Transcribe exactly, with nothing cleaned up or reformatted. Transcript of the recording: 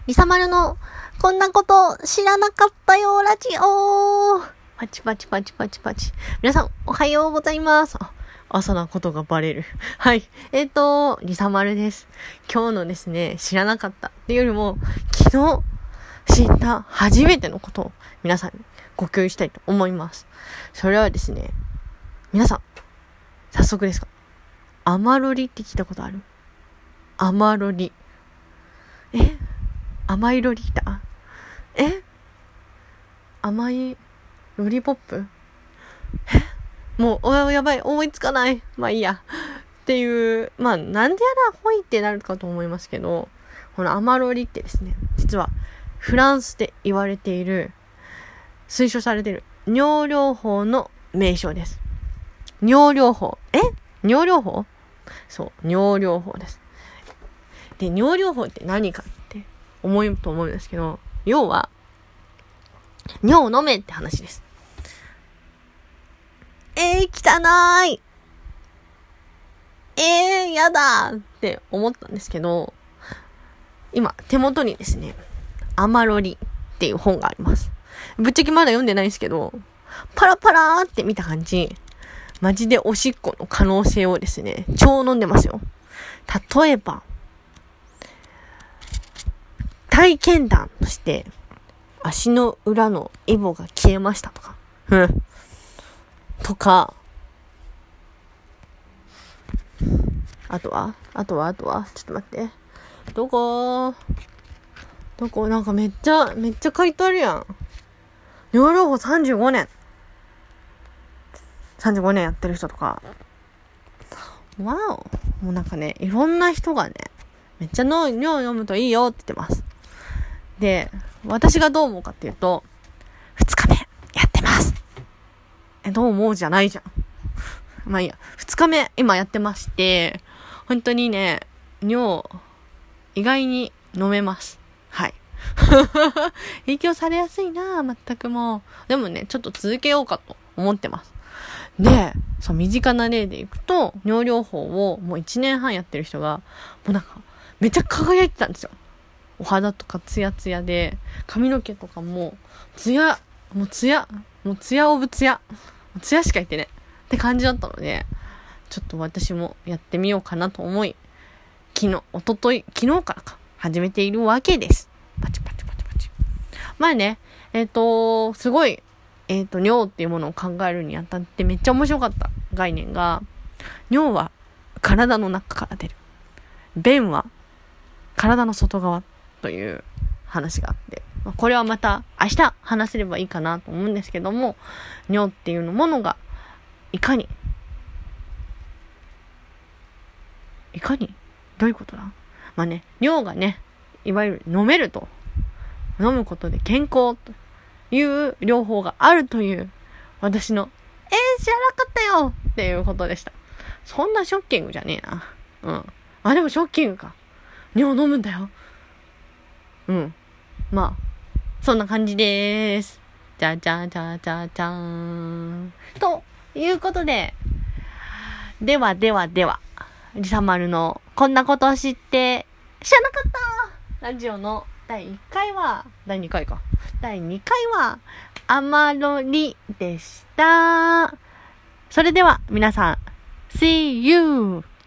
リサマルのこんなこと知らなかったよラジオ。パチパチパチパチパチ。皆さんおはようございます。あ、朝なことがバレる。はい。えっと、リサマルです。今日のですね、知らなかったっていうよりも、昨日知った初めてのことを皆さんにご共有したいと思います。それはですね、皆さん、早速ですが、アマロリって聞いたことある？アマロリ。え？甘いロリータ？え？甘いロリポップ？え？もう、おやばい、思いつかない。まあいいや。っていう、まあなんでやだ、ほいってなるかと思いますけど、このアマロリってですね、実はフランスで言われている、推奨されている尿療法の名称です。尿療法。え？尿療法？そう、尿療法です。で、尿療法って何かって思うと思うんですけど、要は、尿を飲めって話です。えー、汚い。えー、やだって思ったんですけど、今、手元にですね、アマロリっていう本があります。ぶっちゃけまだ読んでないんですけど、パラパラーって見た感じ、マジでおしっこの可能性をですね、超飲んでますよ。例えば、体験談として、足の裏のイボが消えましたとか、うん。とか、あとはあとはあとはちょっと待って。どこどこなんかめっちゃ、めっちゃ書いてあるやん。尿療法さんじゅうごねん。さんじゅうごねんやってる人とか。わお。もうなんかね、いろんな人がね、めっちゃ尿飲むといいよって言ってます。で、私がどう思うかっていうと、ふつかめやってます。え、どう思うじゃないじゃん。まあいいや。ふつかめ今やってまして、本当にね、尿、意外に飲めます。はい。影響されやすいなぁ、全くもう。でもね、ちょっと続けようかと思ってます。で、そう、身近な例でいくと、尿療法をもういちねんはんやってる人が、もうなんか、めっちゃ輝いてたんですよ。お肌とかツヤツヤで、髪の毛とかも、ツヤ、もうツヤ、もうツヤオブツヤ。ツヤしか言ってね。って感じだったので、ちょっと私もやってみようかなと思い、昨日、おととい、昨日からか、始めているわけです。パチパチパチパチ。まあね、えっと、すごい、えっと、尿っていうものを考えるにあたってめっちゃ面白かった概念が、尿は体の中から出る。便は体の外側という話があって、これはまた明日話せればいいかなと思うんですけども、尿っていうものがいかにいかにどういうことだ？まあね、尿がね、いわゆる飲めると、飲むことで健康という療法があるという、私の、えー、知らなかったよっていうことでした。そんなショッキングじゃねえな。うん。あ、でもショッキングか。尿飲むんだよ。うん。まあ、そんな感じでーす。じゃじゃじゃじゃじゃーん。ということで、ではではでは、リサマルのこんなことを知って知らなかったラジオのだいいっかいは、だいにかいか。だいにかいは、アマロリでした。それでは皆さん、See you!